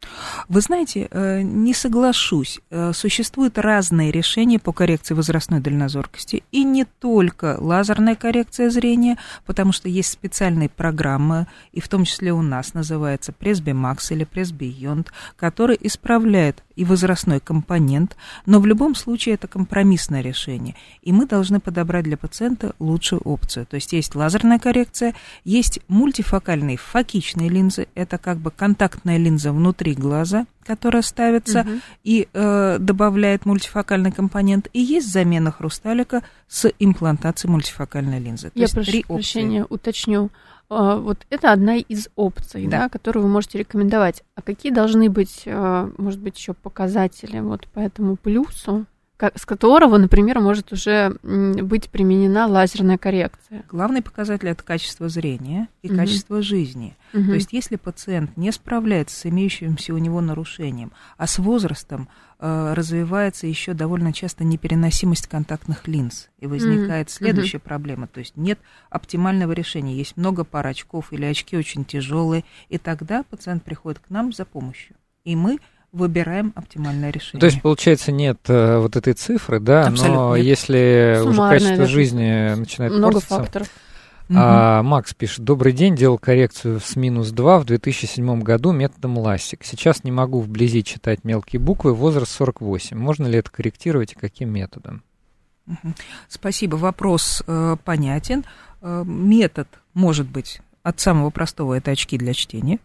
Вы знаете, не соглашусь. Существуют разные решения по коррекции возрастной дальнозоркости. И не только лазерная коррекция зрения, потому что есть специальные программы, и в том числе у нас называется Presby-Max или Presby-Beyond, которые исправляют и возрастной компонент, но в любом случае это компромиссное решение. И мы должны подобрать для пациента лучшую опцию. То есть есть лазерная коррекция, есть мультифокальные фокичные линзы, это как бы контактная линза внутри глаза, которая ставится и добавляет мультифокальный компонент, и есть замена хрусталика с имплантацией мультифокальной линзы. То есть прошу прощения, уточню. Вот это одна из опций, да, которую вы можете рекомендовать. А какие должны быть, может быть, еще показатели вот по этому плюсу, с которого, например, может уже быть применена лазерная коррекция? Главный показатель – это качество зрения и качество жизни. То есть если пациент не справляется с имеющимся у него нарушением, а с возрастом развивается еще довольно часто непереносимость контактных линз, и возникает следующая проблема, то есть нет оптимального решения, есть много пар очков или очки очень тяжелые, и тогда пациент приходит к нам за помощью, и мы выбираем оптимальное решение. То есть, получается, нет вот этой цифры, да, абсолютно но нет. Если Суммарное, уже качество да, жизни начинает много портиться... факторов. Макс пишет: добрый день, делал коррекцию с -2 в 2007 году методом LASIK. Сейчас не могу вблизи читать мелкие буквы, возраст 48. Можно ли это корректировать и каким методом? Спасибо, вопрос понятен. Метод может быть от самого простого, это очки для чтения.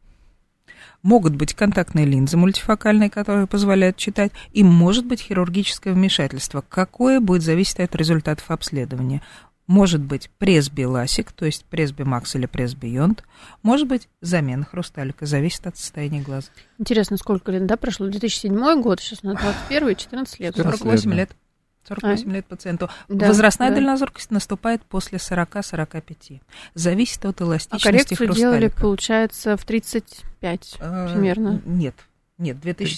Могут быть контактные линзы мультифокальные, которые позволяют читать, и может быть хирургическое вмешательство, какое будет зависеть от результатов обследования. Может быть Presby-LASIK, то есть Presby-Max или Presby-Beyond, может быть замена хрусталика, зависит от состояния глаза. Интересно, сколько лет, да, прошло? 2007 год, сейчас на 21 и 14 лет. 48 лет. 48 лет пациенту. Да, возрастная дальнозоркость наступает после 40-45. Зависит от эластичности хрусталика. А коррекцию делали, получается, в 35 примерно? Нет,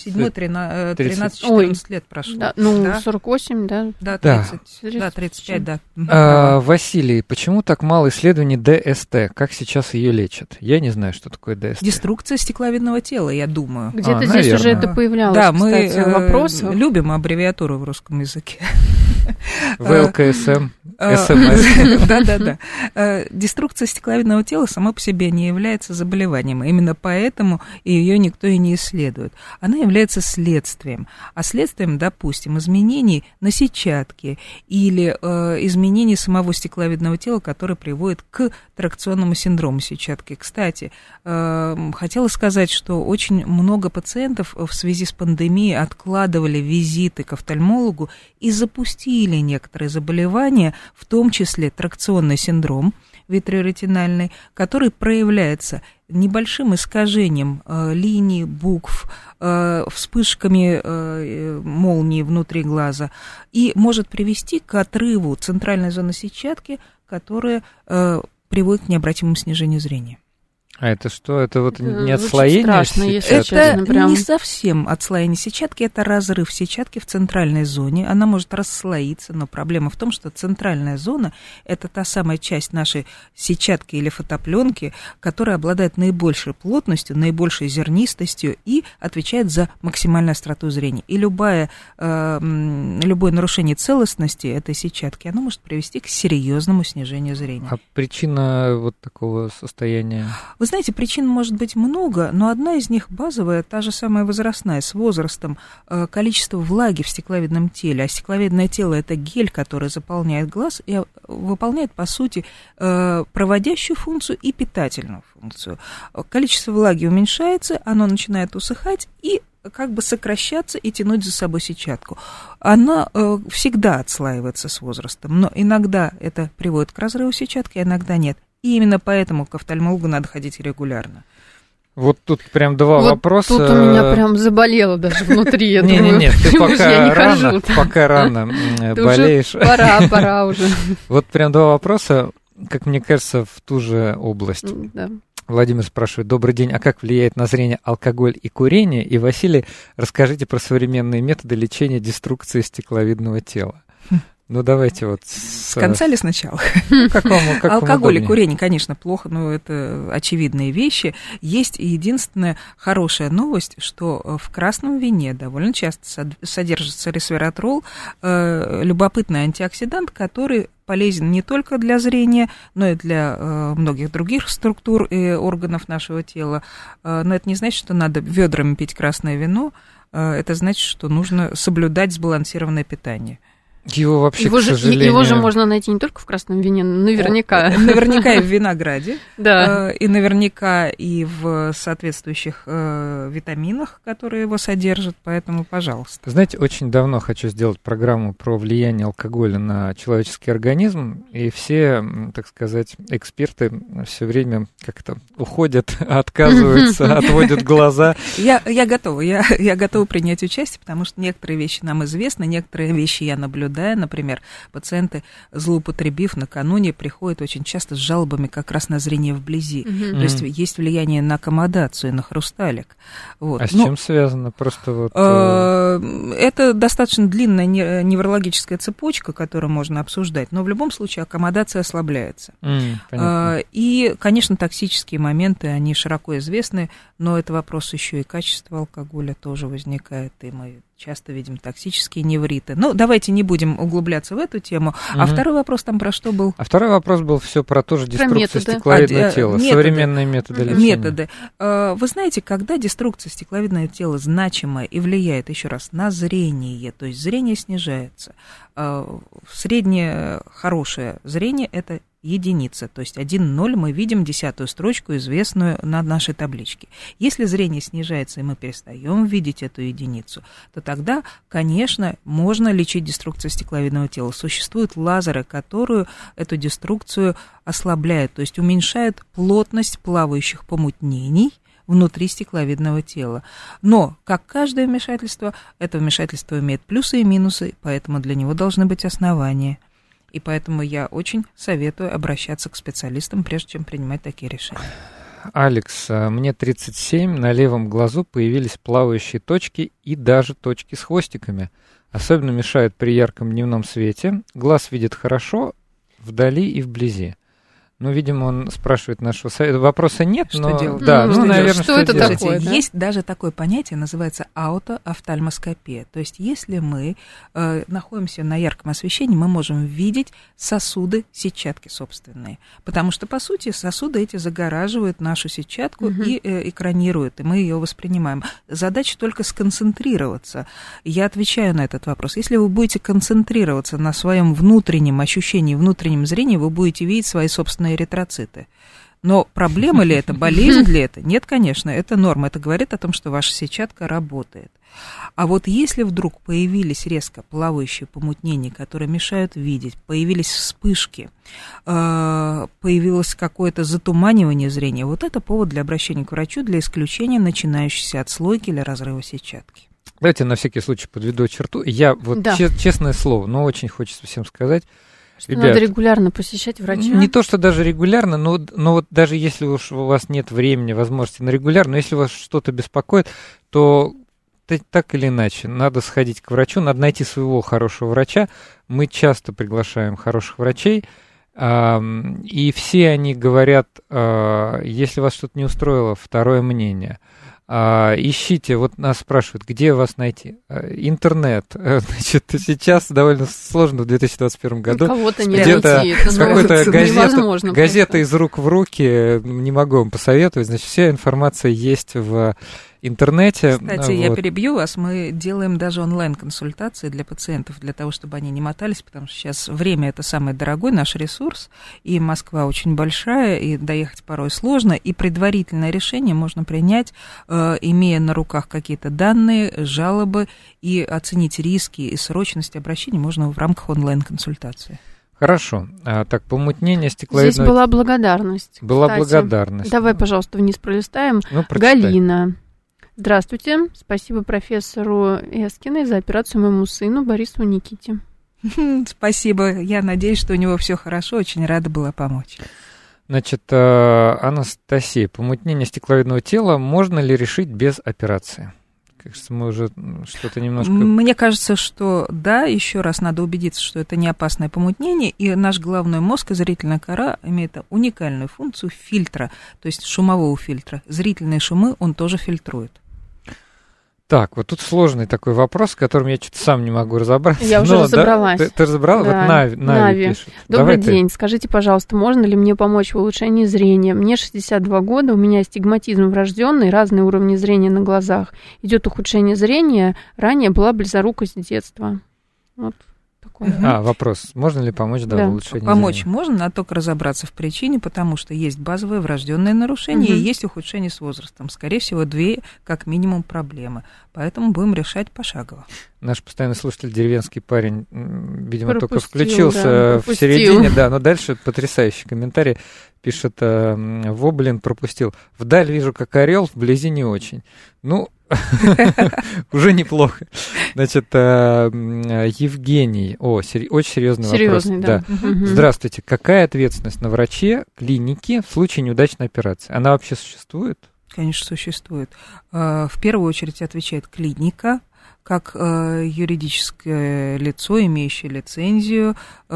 2007-13-14 лет прошло. Да, ну, да? 48, да? Да, 30, да, 35, да. Василий, почему так мало исследований ДСТ? Как сейчас ее лечат? Я не знаю, что такое ДСТ. Деструкция стекловидного тела, я думаю. Где-то здесь наверное. Уже это появлялось, да, кстати, вопрос. Любим аббревиатуру в русском языке. ВЛКСМ, СМС. Да. Деструкция стекловидного тела сама по себе не является заболеванием. Именно поэтому ее никто и не исследует. Она является следствием. А следствием, допустим, изменений на сетчатке или изменений самого стекловидного тела, которое приводит к тракционному синдрому сетчатки. Кстати, хотела сказать, что очень много пациентов в связи с пандемией откладывали визиты к офтальмологу и запустили некоторые заболевания, в том числе тракционный синдром витреоретинальный, который проявляется небольшим искажением линий, букв, вспышками молнии внутри глаза и может привести к отрыву центральной зоны сетчатки, которая приводит к необратимому снижению зрения. А это что? Это вот не отслоение страшно, сетчатки? Это не совсем отслоение сетчатки, это разрыв сетчатки в центральной зоне. Она может расслоиться, но проблема в том, что центральная зона – это та самая часть нашей сетчатки или фотопленки, которая обладает наибольшей плотностью, наибольшей зернистостью и отвечает за максимальную остроту зрения. И любое нарушение целостности этой сетчатки, оно может привести к серьезному снижению зрения. А причина вот такого состояния? Вы знаете, причин может быть много, но одна из них базовая, та же самая возрастная. С возрастом количество влаги в стекловидном теле, а стекловидное тело – это гель, который заполняет глаз и выполняет, по сути, проводящую функцию и питательную функцию. Количество влаги уменьшается, оно начинает усыхать и как бы сокращаться и тянуть за собой сетчатку. Она всегда отслаивается с возрастом, но иногда это приводит к разрыву сетчатки, а иногда нет. И именно поэтому к офтальмологу надо ходить регулярно. Вот тут прям два вопроса. Тут у меня прям заболело даже внутри, я думаю. Не-не-не, ты пока рано болеешь. Пора уже. Вот прям два вопроса, как мне кажется, в ту же область. Да. Владимир спрашивает: добрый день, а как влияет на зрение алкоголь и курение? И Василий, расскажите про современные методы лечения деструкции стекловидного тела. Ну, давайте вот... С конца или сначала? Как вам Алкоголь удобнее? и курение, конечно, плохо, но это очевидные вещи. Есть единственная хорошая новость, что в красном вине довольно часто содержится ресвератрол, любопытный антиоксидант, который полезен не только для зрения, но и для многих других структур и органов нашего тела. Но это не значит, что надо ведрами пить красное вино. Это значит, что нужно соблюдать сбалансированное питание. Его вообще, к сожалению... Его же можно найти не только в красном вине, но наверняка. Наверняка и в винограде. Да. И наверняка и в соответствующих витаминах, которые его содержат, поэтому, пожалуйста. Знаете, очень давно хочу сделать программу про влияние алкоголя на человеческий организм, и все, так сказать, эксперты все время как-то уходят, отказываются, отводят глаза. Я готова принять участие, потому что некоторые вещи нам известны, некоторые вещи я наблюдаю. Например, пациенты, злоупотребив накануне, приходят очень часто с жалобами как раз на зрение вблизи. То есть есть влияние на аккомодацию, на хрусталик. Вот. А с чем связано? Просто вот... Это достаточно длинная неврологическая цепочка, которую можно обсуждать, но в любом случае аккомодация ослабляется. И, конечно, токсические моменты, они широко известны, но это вопрос еще и качества алкоголя тоже возникает, и мы часто видим токсические невриты. Ну, давайте не будем углубляться в эту тему. А второй вопрос там про что был? А второй вопрос был все про тоже деструкцию стекловидного тела, современные методы лечения. Вы знаете, когда деструкция стекловидного тела значимая и влияет, еще раз, на зрение, то есть зрение снижается, среднее хорошее зрение – это единица, то есть 1,0 мы видим 10-ю строчку, известную на нашей табличке. Если зрение снижается, и мы перестаем видеть эту единицу, то тогда, конечно, можно лечить деструкцию стекловидного тела. Существуют лазеры, которые эту деструкцию ослабляют, то есть уменьшают плотность плавающих помутнений внутри стекловидного тела. Но, как каждое вмешательство, это вмешательство имеет плюсы и минусы, поэтому для него должны быть основания. И поэтому я очень советую обращаться к специалистам, прежде чем принимать такие решения. Алекс, мне 37, на левом глазу появились плавающие точки и даже точки с хвостиками. Особенно мешают при ярком дневном свете. Глаз видит хорошо вдали и вблизи. Ну, видимо, он спрашивает нашего совета. Вопроса нет, что но... делать? Да, наверное, что это делать? такое? Да? Есть даже такое понятие, называется аутоофтальмоскопия. То есть, если мы находимся на ярком освещении, мы можем видеть сосуды сетчатки собственные. Потому что, по сути, сосуды эти загораживают нашу сетчатку и экранируют, и мы ее воспринимаем. Задача только сконцентрироваться. Я отвечаю на этот вопрос. Если вы будете концентрироваться на своем внутреннем ощущении, внутреннем зрении, вы будете видеть свои собственные эритроциты. Но проблема ли это, болезнь ли это? Нет, конечно, это норма. Это говорит о том, что ваша сетчатка работает. А вот если вдруг появились резко плавающие помутнения, которые мешают видеть, появились вспышки, появилось какое-то затуманивание зрения, вот это повод для обращения к врачу для исключения начинающейся отслойки или разрыва сетчатки. Давайте на всякий случай подведу черту. Я вот, честное слово, но очень хочется всем сказать, что ребят, надо регулярно посещать врача. Не то, что даже регулярно, но вот даже если уж у вас нет времени, возможности на регулярно, но если вас что-то беспокоит, то так или иначе надо сходить к врачу, надо найти своего хорошего врача. Мы часто приглашаем хороших врачей, и все они говорят, если вас что-то не устроило, второе мнение. Ищите, вот нас спрашивают, где вас найти? Интернет. Значит, сейчас довольно сложно в 2021 году. Кого-то не найти. Какая-то газета из рук в руки, не могу вам посоветовать. Значит, вся информация есть в интернете. Кстати, я перебью вас. Мы делаем даже онлайн-консультации для пациентов, для того, чтобы они не мотались, потому что сейчас время — это самый дорогой наш ресурс, и Москва очень большая, и доехать порой сложно, и предварительное решение можно принять, имея на руках какие-то данные, жалобы, и оценить риски и срочность обращения можно в рамках онлайн-консультации. Хорошо. Так, помутнение стекловидного... Здесь была благодарность. Была благодарность. Давай, пожалуйста, вниз пролистаем. Галина. Здравствуйте. Спасибо профессору Эскиной за операцию моему сыну Борису Никите. Спасибо. Я надеюсь, что у него все хорошо. Очень рада была помочь. Значит, Анастасия, помутнение стекловидного тела можно ли решить без операции? Кажется, мы уже что-то немножко... Мне кажется, что да, еще раз надо убедиться, что это не опасное помутнение, и наш головной мозг и зрительная кора имеют уникальную функцию фильтра, то есть шумового фильтра. Зрительные шумы он тоже фильтрует. Так, вот тут сложный такой вопрос, с которым я что-то сам не могу разобраться. Я уже разобралась. Да? Ты разобрала? Да. Вот Нави пишет. Добрый день. Скажите, пожалуйста, можно ли мне помочь в улучшении зрения? Мне 62 года, у меня астигматизм врожденный, разные уровни зрения на глазах. Идет ухудшение зрения, ранее была близорукость с детства. Вот такой. Вопрос. Можно ли помочь в улучшении Помочь зрения? можно, надо только разобраться в причине, потому что есть базовое врожденное нарушение и есть ухудшение с возрастом. Скорее всего, 2 как минимум проблемы. Поэтому будем решать пошагово. Наш постоянный слушатель, деревенский парень, видимо, Пропустил, только включился в середине, но дальше потрясающий комментарий. Пишет, Воблин пропустил. Вдаль вижу, как орел, вблизи не очень. Уже неплохо. Значит, Евгений. Очень серьезный вопрос. Да. Здравствуйте. Какая ответственность на враче клиники в случае неудачной операции? Она вообще существует? Конечно, существует. В первую очередь отвечает клиника, как юридическое лицо, имеющее лицензию,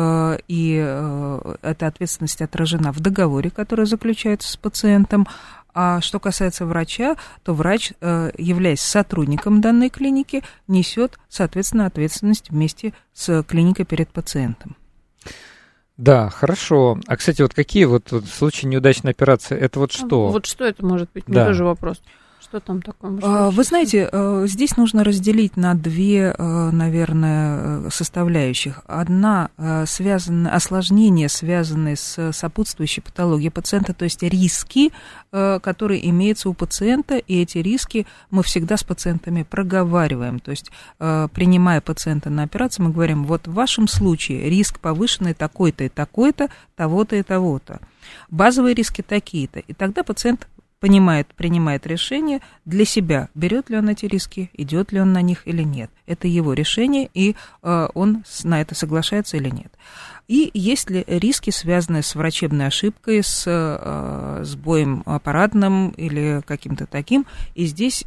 и эта ответственность отражена в договоре, который заключается с пациентом. А что касается врача, то врач, являясь сотрудником данной клиники, несет, соответственно, ответственность вместе с клиникой перед пациентом. Да, хорошо. А, кстати, вот какие вот в случае неудачной операции, это вот что? Вот что это может быть? Мне тоже вопрос. Что там такое? Вы знаете, здесь нужно разделить на 2, наверное, составляющих. Одна осложнения, связанные с сопутствующей патологией пациента, то есть риски, которые имеются у пациента, и эти риски мы всегда с пациентами проговариваем. То есть, принимая пациента на операцию, мы говорим, вот в вашем случае риск повышенный такой-то и такой-то, того-то и того-то. Базовые риски такие-то. И тогда пациент принимает решение для себя, берет ли он эти риски, идет ли он на них или нет. Это его решение, и он на это соглашается или нет. И есть ли риски, связанные с врачебной ошибкой, с сбоем аппаратным или каким-то таким, и здесь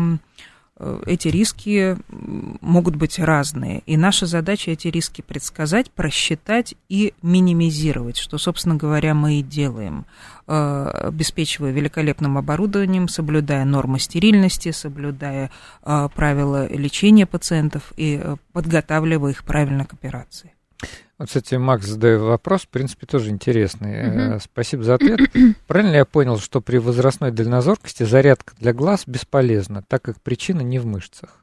эти риски могут быть разные. И наша задача эти риски предсказать, просчитать и минимизировать, что, собственно говоря, мы и делаем, обеспечивая великолепным оборудованием, соблюдая нормы стерильности, соблюдая правила лечения пациентов и подготавливая их правильно к операции. Вот, кстати, Макс задает вопрос, в принципе, тоже интересный. Спасибо за ответ. Правильно ли я понял, что при возрастной дальнозоркости зарядка для глаз бесполезна, так как причина не в мышцах?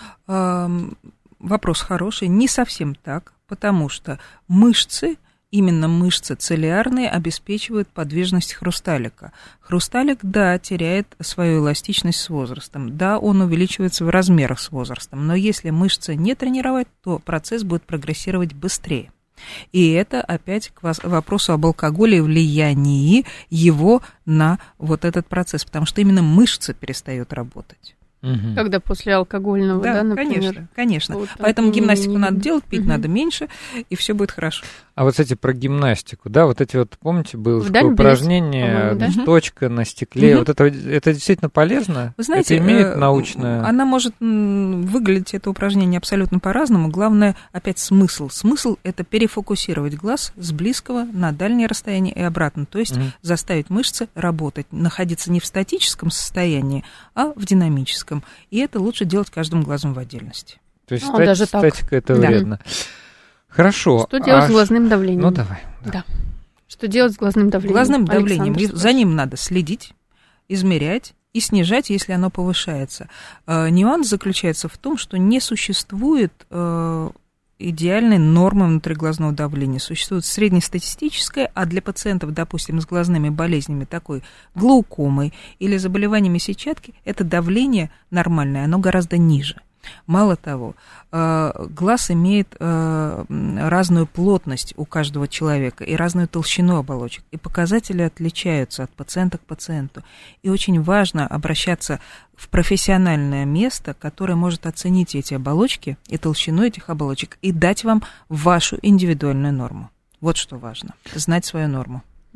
Вопрос хороший. Не совсем так, потому что мышцы, именно мышцы цилиарные, обеспечивают подвижность хрусталика. Хрусталик, да, теряет свою эластичность с возрастом, да, он увеличивается в размерах с возрастом, но если мышцы не тренировать, то процесс будет прогрессировать быстрее. И это опять к вопросу об алкоголе и влиянии его на вот этот процесс, потому что именно мышцы перестают работать. Когда после алкогольного, да, например? Конечно. Поэтому гимнастику надо делать, пить надо меньше, и все будет хорошо. А вот, кстати, про гимнастику, да, вот эти вот, помните, было такое упражнение, точка на стекле, вот это действительно полезно? Вы знаете, это имеет научное... Она может выглядеть, это упражнение, абсолютно по-разному, главное, опять смысл. Смысл – это перефокусировать глаз с близкого на дальнее расстояние и обратно, то есть заставить мышцы работать, находиться не в статическом состоянии, а в динамическом. И это лучше делать каждым глазом в отдельности. То есть статика это вредно. Хорошо. Что делать с глазным давлением? Ну, давай. Да. Что делать с глазным давлением? Глазным давлением. За ним надо следить, измерять и снижать, если оно повышается. Нюанс заключается в том, что не существует идеальной нормы внутриглазного давления. Существует среднестатистическое, а для пациентов, допустим, с глазными болезнями, такой глаукомой или заболеваниями сетчатки, это давление нормальное, оно гораздо ниже. Мало того, глаз имеет разную плотность у каждого человека и разную толщину оболочек, и показатели отличаются от пациента к пациенту. И очень важно обращаться в профессиональное место, которое может оценить эти оболочки и толщину этих оболочек и дать вам вашу индивидуальную норму. Вот что важно, знать свою норму.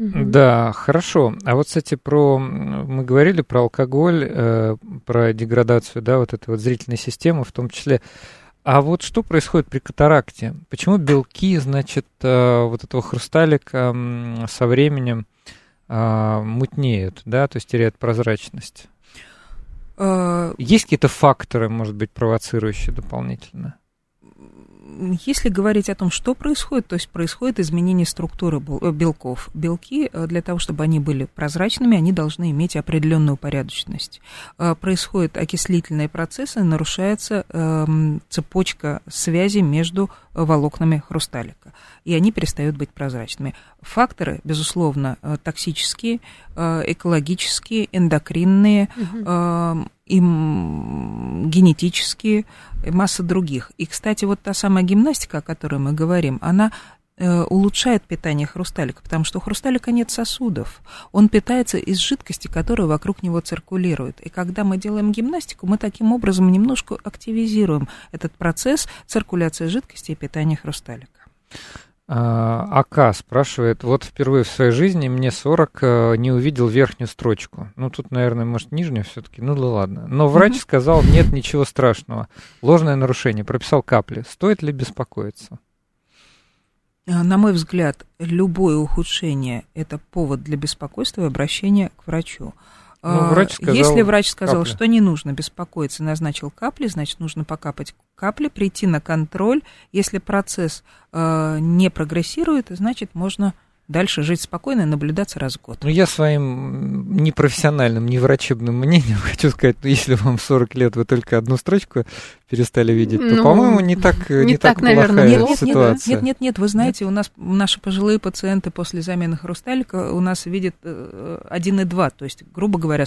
Да, хорошо. А вот, кстати, мы говорили про алкоголь, про деградацию, да, вот этой вот зрительной системы в том числе. А вот что происходит при катаракте? Почему белки, значит, вот этого хрусталика со временем мутнеют, да, то есть теряют прозрачность? Есть какие-то факторы, может быть, провоцирующие дополнительно? Если говорить о том, что происходит, то есть происходит изменение структуры белков. Белки, для того, чтобы они были прозрачными, они должны иметь определенную упорядоченность. Происходят окислительные процессы, нарушается цепочка связи между волокнами хрусталика, и они перестают быть прозрачными. Факторы, безусловно, токсические, экологические, эндокринные, и генетические, масса других. И, кстати, вот та самая гимнастика, о которой мы говорим, она улучшает питание хрусталика, потому что у хрусталика нет сосудов. Он питается из жидкости, которая вокруг него циркулирует. И когда мы делаем гимнастику, мы таким образом немножко активизируем этот процесс циркуляции жидкости и питания хрусталика. АК спрашивает, вот впервые в своей жизни, мне 40, не увидел верхнюю строчку. Ну, тут, наверное, может, нижнюю все-таки, ну да ладно. Но врач сказал, нет ничего страшного. Ложное нарушение, прописал капли. Стоит ли беспокоиться? На мой взгляд, любое ухудшение – это повод для беспокойства и обращения к врачу. Если врач сказал, что не нужно беспокоиться, назначил капли, значит, нужно покапать капли, прийти на контроль. Если процесс не прогрессирует, значит, можно дальше жить спокойно и наблюдаться раз в год. Ну, я своим непрофессиональным, неврачебным мнением хочу сказать, если вам 40 лет, вы только одну строчку перестали видеть, то, по-моему, не так плохая ситуация. Нет, вы знаете, у нас наши пожилые пациенты после замены хрусталика у нас видят 1,2, то есть, грубо говоря,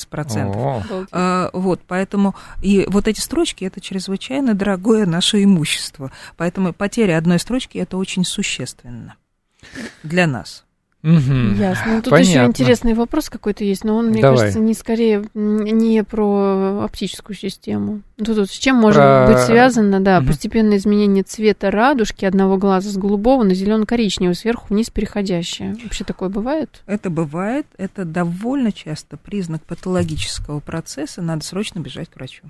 120%. Вот, поэтому, и вот эти строчки, это чрезвычайно дорогое наше имущество, поэтому потеря одной строчки, это очень существенно для нас. Ясно. Тут еще интересный вопрос какой-то есть, но он, мне кажется, не про оптическую систему. Тут с чем может быть связано, постепенное изменение цвета радужки одного глаза с голубого на зелено-коричневый, сверху вниз переходящее. Вообще такое бывает? Это бывает. Это довольно часто признак патологического процесса. Надо срочно бежать к врачу.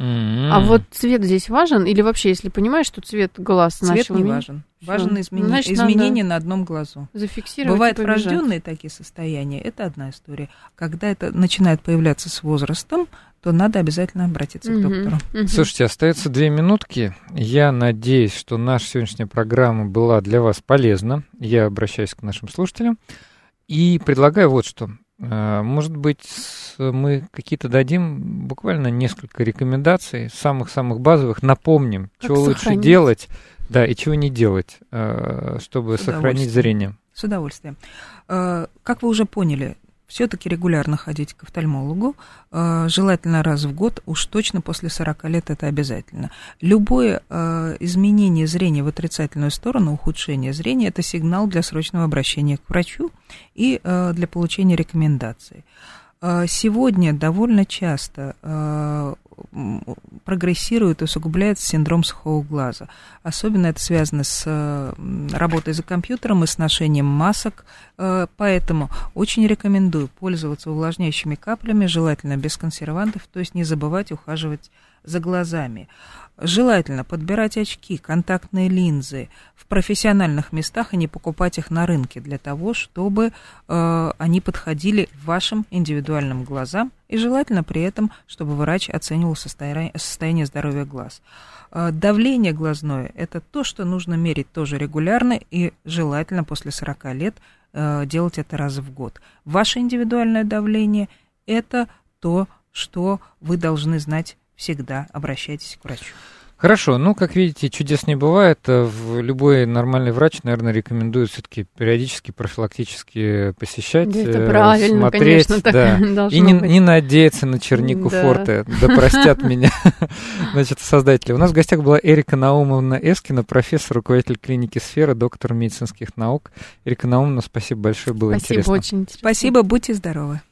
А вот цвет здесь важен? Или вообще, если понимаешь, что цвет глаз начал... Цвет не важен. Важно изменение на одном глазу. Зафиксировать. Бывают врожденные такие состояния, это одна история. Когда это начинает появляться с возрастом, то надо обязательно обратиться к доктору. Слушайте, остается 2 минутки. Я надеюсь, что наша сегодняшняя программа была для вас полезна. Я обращаюсь к нашим слушателям и предлагаю вот что. Может быть, мы какие-то дадим буквально несколько рекомендаций, самых-самых базовых, напомним, как чего лучше делать, и чего не делать, чтобы сохранить зрение. С удовольствием. Как вы уже поняли, все-таки регулярно ходить к офтальмологу, желательно раз в год, уж точно после 40 лет это обязательно. Любое изменение зрения в отрицательную сторону, ухудшение зрения, это сигнал для срочного обращения к врачу и для получения рекомендаций. Сегодня довольно часто прогрессирует и усугубляется синдром сухого глаза. Особенно это связано с работой за компьютером и с ношением масок. Поэтому очень рекомендую пользоваться увлажняющими каплями, желательно без консервантов, то есть не забывать ухаживать за глазами. Желательно подбирать очки, контактные линзы в профессиональных местах и не покупать их на рынке для того, чтобы они подходили вашим индивидуальным глазам, и желательно при этом, чтобы врач оценивал состояние здоровья глаз. Давление глазное – это то, что нужно мерить тоже регулярно и желательно после 40 лет делать это раз в год. Ваше индивидуальное давление – это то, что вы должны знать всегда. Обращайтесь к врачу. Хорошо, как видите, чудес не бывает. Любой нормальный врач, наверное, рекомендует все-таки периодически, профилактически посещать, это правильно, смотреть, конечно, так и не надеяться на чернику Форте, да простят меня, значит, создатели. У нас в гостях была Эрика Наумовна Эскина, профессор, руководитель клиники «Сфера», доктор медицинских наук. Эрика Наумовна, спасибо большое, было интересно. Спасибо, очень интересно. Спасибо, будьте здоровы.